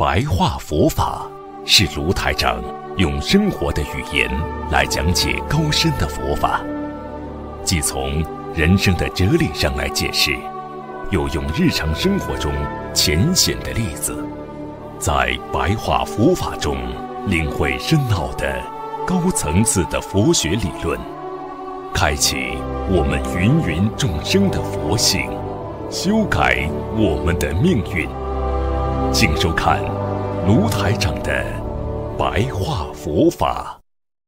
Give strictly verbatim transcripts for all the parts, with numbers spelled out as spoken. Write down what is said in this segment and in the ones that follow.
白话佛法是卢台长用生活的语言来讲解高深的佛法，既从人生的哲理上来解释，又用日常生活中浅显的例子，在白话佛法中领会深奥的高层次的佛学理论，开启我们芸芸众生的佛性，修改我们的命运。请收看卢台长的白话佛法。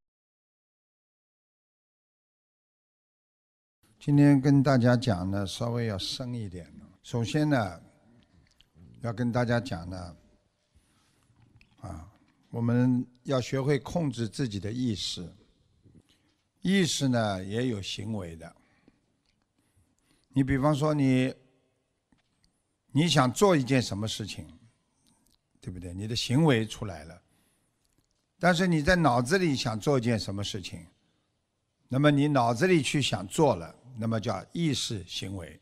今天跟大家讲呢，稍微要深一点。首先呢，要跟大家讲呢，啊，我们要学会控制自己的意识。意识呢，也有行为的。你比方说你，你想做一件什么事情，对不对？你的行为出来了，但是你在脑子里想做一件什么事情，那么你脑子里去想做了，那么叫意识行为。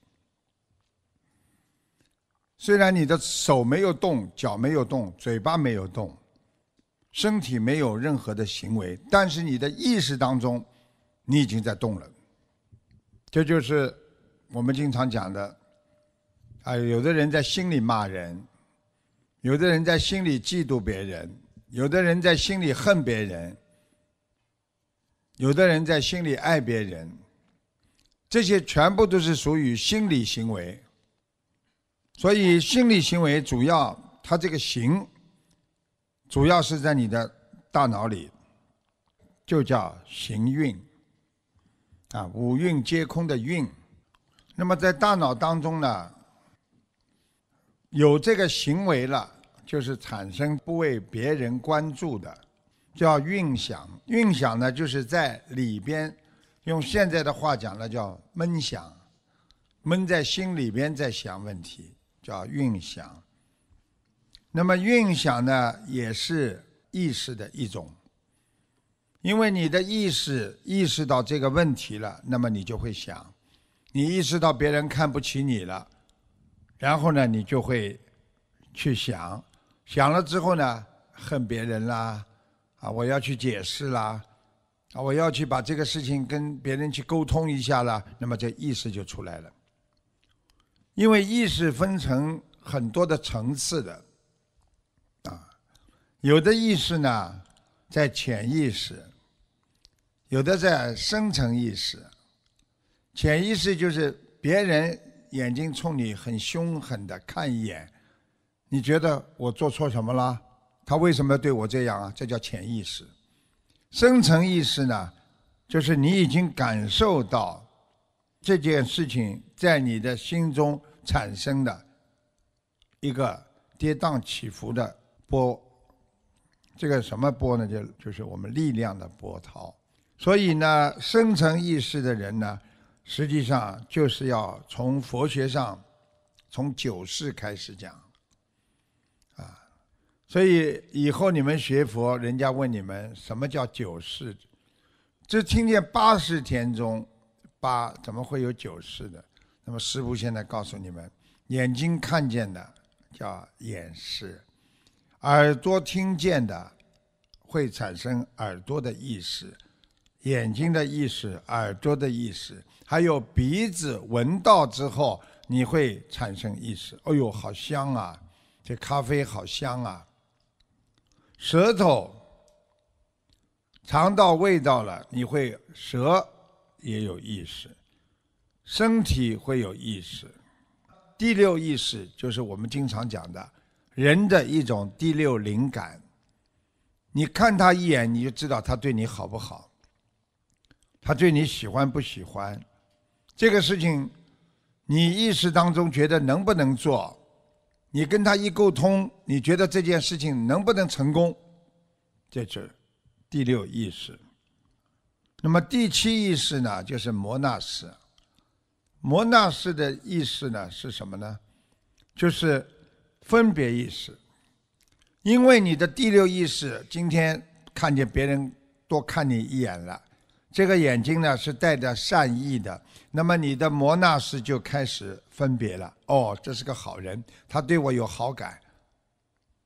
虽然你的手没有动，脚没有动，嘴巴没有动，身体没有任何的行为，但是你的意识当中你已经在动了。这就是我们经常讲的啊，有的人在心里骂人，有的人在心里嫉妒别人，有的人在心里恨别人，有的人在心里爱别人，这些全部都是属于心理行为。所以心理行为主要，它这个行主要是在你的大脑里，就叫行运啊，五蕴皆空的运。那么在大脑当中呢，有这个行为了，就是产生不为别人关注的，叫运想。运想呢，就是在里边，用现在的话讲呢，叫闷想，闷在心里边在想问题，叫运想。那么运想呢，也是意识的一种，因为你的意识意识到这个问题了，那么你就会想，你意识到别人看不起你了，然后呢，你就会去想，想了之后呢，恨别人啦，啊，我要去解释啦，啊，我要去把这个事情跟别人去沟通一下啦，那么这意识就出来了。因为意识分成很多的层次的，啊，有的意识呢在潜意识，有的在深层意识。潜意识就是别人眼睛冲你很凶狠的看一眼，你觉得我做错什么了？他为什么对我这样啊？这叫潜意识。深层意识呢，就是你已经感受到这件事情在你的心中产生的一个跌宕起伏的波，这个什么波呢？就就是我们力量的波涛。所以呢，深层意识的人呢，实际上就是要从佛学上，从九世开始讲，啊，所以以后你们学佛，人家问你们什么叫九世，只听见八十田中，八怎么会有九世的？那么师父现在告诉你们，眼睛看见的叫眼识，耳朵听见的会产生耳朵的意识，眼睛的意识，耳朵的意识，还有鼻子闻到之后你会产生意识，哎呦好香啊，这咖啡好香啊。舌头尝到味道了，你会舌也有意识，身体会有意识。第六意识就是我们经常讲的人的一种第六灵感，你看他一眼你就知道他对你好不好，他对你喜欢不喜欢，这个事情你意识当中觉得能不能做，你跟他一沟通，你觉得这件事情能不能成功，这是第六意识。那么第七意识呢，就是摩那识。摩那识的意识呢是什么呢？就是分别意识。因为你的第六意识今天看见别人多看你一眼了，这个眼睛呢是带着善意的，那么你的摩那识就开始分别了。哦，这是个好人，他对我有好感，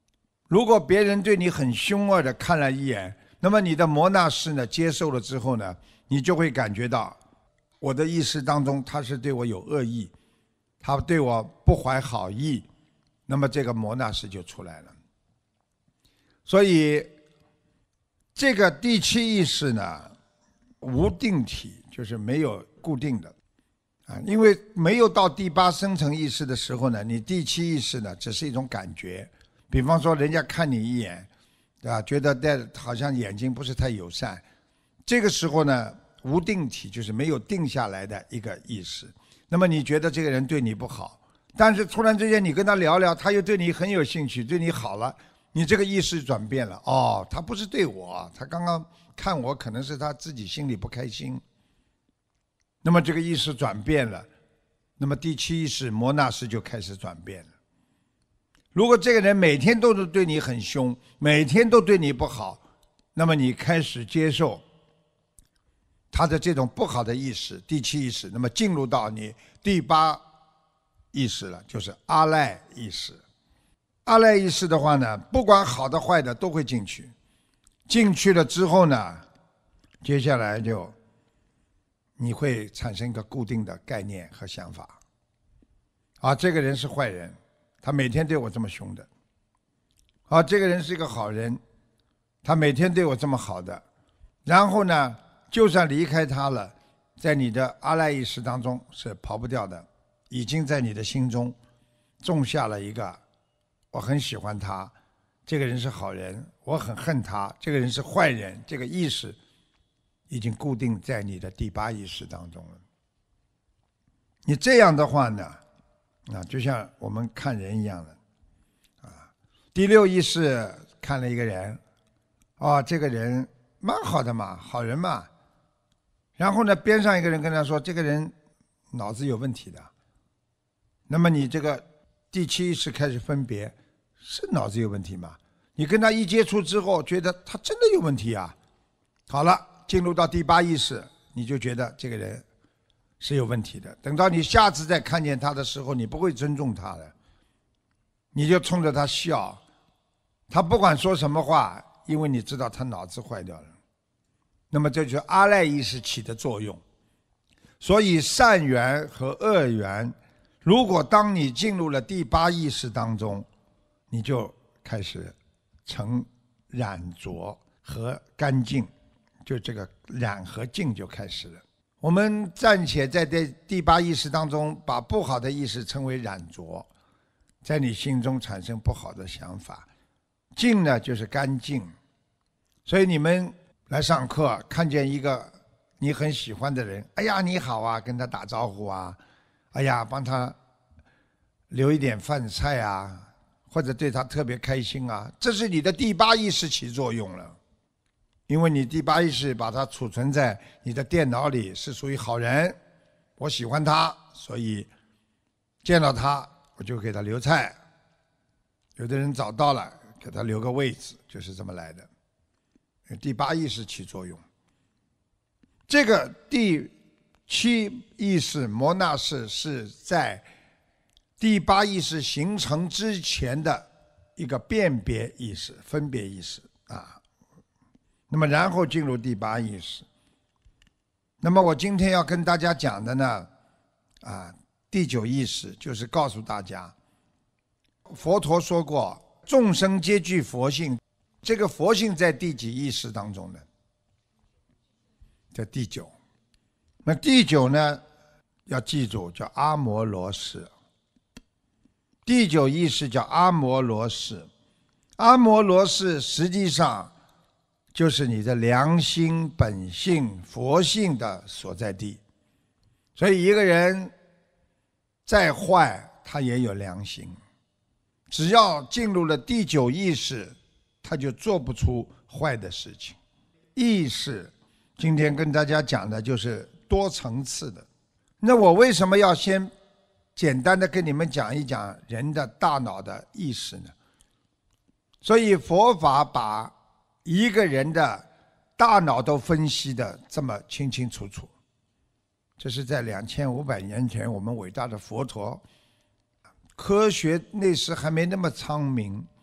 如果别人对你很凶恶的看了一眼，那么你的摩纳士呢接受了之后呢，你就会感觉到我的意识当中他是对我有恶意，他对我不怀好意，那么这个摩纳士就出来了。所以这个第七意识呢无定体，就是没有固定的啊，因为没有到第八深层意识的时候呢，你第七意识呢只是一种感觉。比方说人家看你一眼，对吧？觉得戴好像眼睛不是太友善，这个时候呢无定体，就是没有定下来的一个意识。那么你觉得这个人对你不好，但是突然之间你跟他聊聊，他又对你很有兴趣，对你好了，你这个意识转变了。哦，他不是对我，他刚刚看我可能是他自己心里不开心。那么这个意识转变了，那么第七意识摩纳士就开始转变了。如果这个人每天都是对你很凶，每天都对你不好，那么你开始接受他的这种不好的意识，第七意识，那么进入到你第八意识了，就是阿赖意识。阿赖意识的话呢，不管好的坏的都会进去，进去了之后呢，接下来就你会产生一个固定的概念和想法，啊，这个人是坏人，他每天对我这么凶的。啊，这个人是一个好人，他每天对我这么好的。然后呢，就算离开他了，在你的阿赖意识当中是跑不掉的，已经在你的心中种下了一个我很喜欢他，这个人是好人，我很恨他，这个人是坏人，这个意识已经固定在你的第八意识当中了。你这样的话呢，啊，就像我们看人一样的，啊，第六意识看了一个人，哦，这个人蛮好的嘛，好人嘛。然后呢，边上一个人跟他说，这个人脑子有问题的。那么你这个第七意识开始分别，是脑子有问题吗？你跟他一接触之后，觉得他真的有问题啊。好了，进入到第八意识，你就觉得这个人是有问题的。等到你下次再看见他的时候，你不会尊重他的，你就冲着他笑，他不管说什么话，因为你知道他脑子坏掉了。那么这就是阿赖意识起的作用。所以善缘和恶缘，如果当你进入了第八意识当中，你就开始成染浊和干净，就这个染和净就开始了。我们暂且在这第八意识当中，把不好的意识称为染浊，在你心中产生不好的想法。净呢就是干净。所以你们来上课，看见一个你很喜欢的人，哎呀你好啊，跟他打招呼啊，哎呀帮他留一点饭菜啊，或者对他特别开心啊，这是你的第八意识起作用了。因为你第八意识把它储存在你的电脑里，是属于好人，我喜欢他，所以见到他我就给他留菜，有的人找到了给他留个位置，就是这么来的。第八意识起作用。这个第七意识摩纳士是在第八意识形成之前的一个辨别意识、分别意识啊。那么然后进入第八意识。那么我今天要跟大家讲的呢，啊，第九意识就是告诉大家，佛陀说过，众生皆具佛性。这个佛性在第几意识当中呢？在第九。那第九呢，要记住叫阿摩罗识。第九意识叫阿摩罗识。阿摩罗识实际上就是你的良心本性佛性的所在地。所以一个人再坏，他也有良心。只要进入了第九意识，他就做不出坏的事情。意识今天跟大家讲的就是多层次的。那我为什么要先简单的跟你们讲一讲人的大脑的意识呢？所以佛法把一个人的大脑都分析的这么清清楚楚，这是在两千五百年前我们伟大的佛陀，科学那时还没那么昌明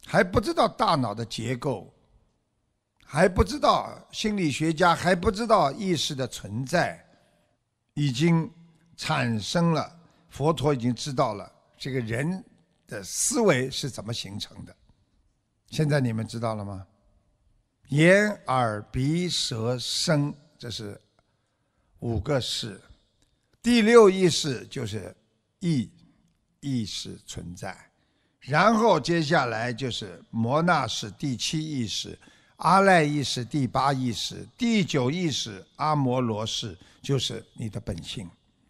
还不知道大脑的结构，还不知道心理学家还不知道意识的存在，已经产生了，佛陀已经知道了这个人的思维是怎么形成的。现在你们知道了吗？眼耳鼻舌身，这是五个识，第六意识就是意，意识存在，然后接下来就是摩那识第七意识，阿赖意识第八意识，第九意识阿摩罗识，就是你的本性。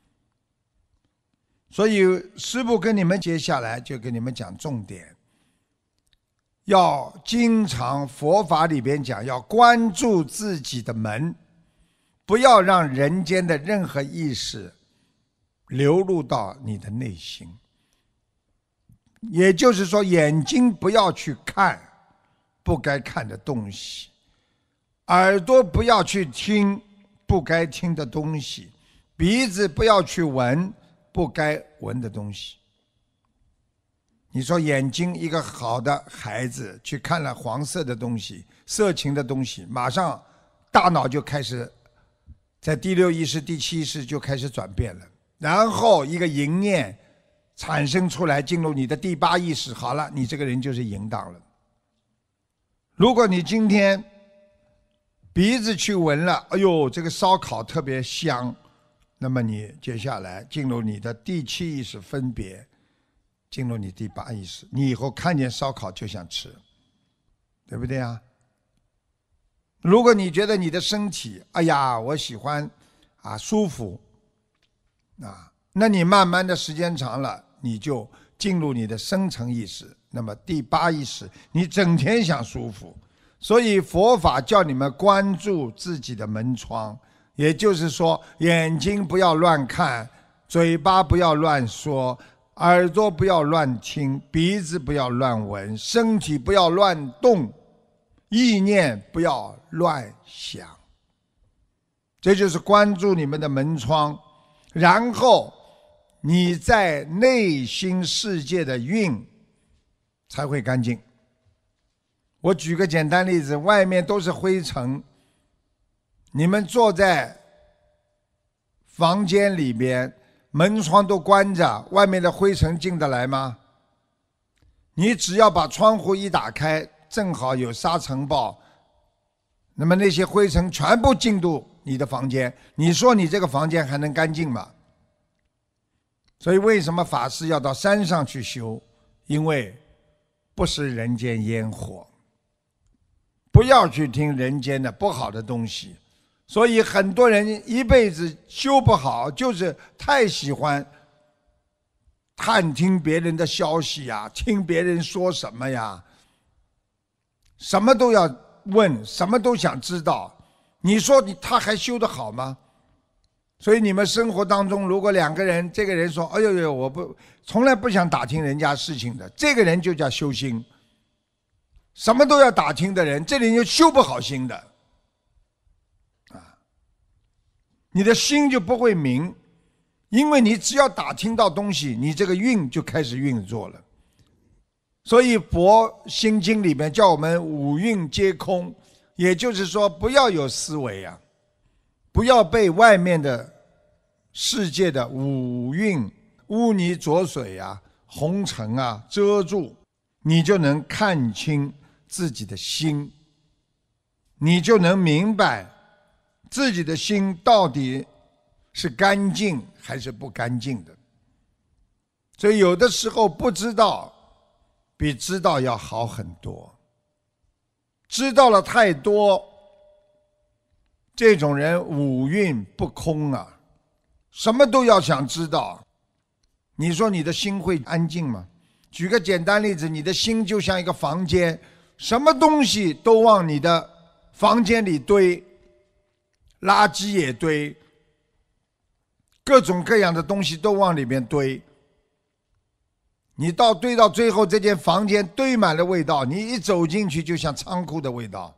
所以师父跟你们接下来就跟你们讲重点，要经常佛法里边讲，要关注自己的门，不要让人间的任何意识流入到你的内心。也就是说，眼睛不要去看不该看的东西，耳朵不要去听不该听的东西，鼻子不要去闻不该闻的东西。你说眼睛，一个好的孩子去看了黄色的东西、色情的东西，马上大脑就开始在第六意识、第七意识就开始转变了，然后一个淫念产生出来，进入你的第八意识，好了，你这个人就是淫荡了。如果你今天鼻子去闻了，哎呦，这个烧烤特别香，那么你接下来进入你的第七意识分别，进入你第八意识，你以后看见烧烤就想吃，对不对啊？如果你觉得你的身体，哎呀，我喜欢啊舒服啊，那你慢慢的时间长了，你就进入你的深层意识，那么第八意识，你整天想舒服。所以佛法叫你们关注自己的门窗，也就是说，眼睛不要乱看，嘴巴不要乱说，耳朵不要乱听，鼻子不要乱闻，身体不要乱动，意念不要乱想。这就是关注你们的门窗，然后你在内心世界的运才会干净。我举个简单例子，外面都是灰尘，你们坐在房间里边，门窗都关着，外面的灰尘进得来吗？你只要把窗户一打开，正好有沙尘暴，那么那些灰尘全部进入你的房间，你说你这个房间还能干净吗？所以为什么法师要到山上去修？因为不食人间烟火，不要去听人间的不好的东西。所以很多人一辈子修不好，就是太喜欢探听别人的消息呀，听别人说什么呀，什么都要问，什么都想知道。你说你他还修得好吗？所以你们生活当中，如果两个人，这个人说：“哎呦呦，我不从来不想打听人家事情的”，这个人就叫修心。什么都要打听的人，这里就修不好心的啊，你的心就不会明，因为你只要打听到东西，你这个运就开始运作了。所以佛心经里面叫我们五蕴皆空，也就是说不要有思维啊，不要被外面的世界的五蕴污泥浊水啊、红尘啊遮住，你就能看清自己的心，你就能明白自己的心到底是干净还是不干净的。所以有的时候不知道比知道要好很多，知道了太多，这种人五蕴不空啊，什么都要想知道，你说你的心会安静吗？举个简单例子，你的心就像一个房间，什么东西都往你的房间里堆，垃圾也堆，各种各样的东西都往里面堆，你到堆到最后，这间房间堆满了味道，你一走进去就像仓库的味道。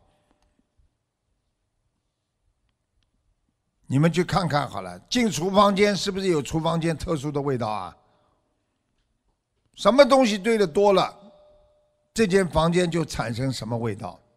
你们去看看好了，进厨房间是不是有厨房间特殊的味道啊？什么东西堆得多了， 这间房间就产生什么味道。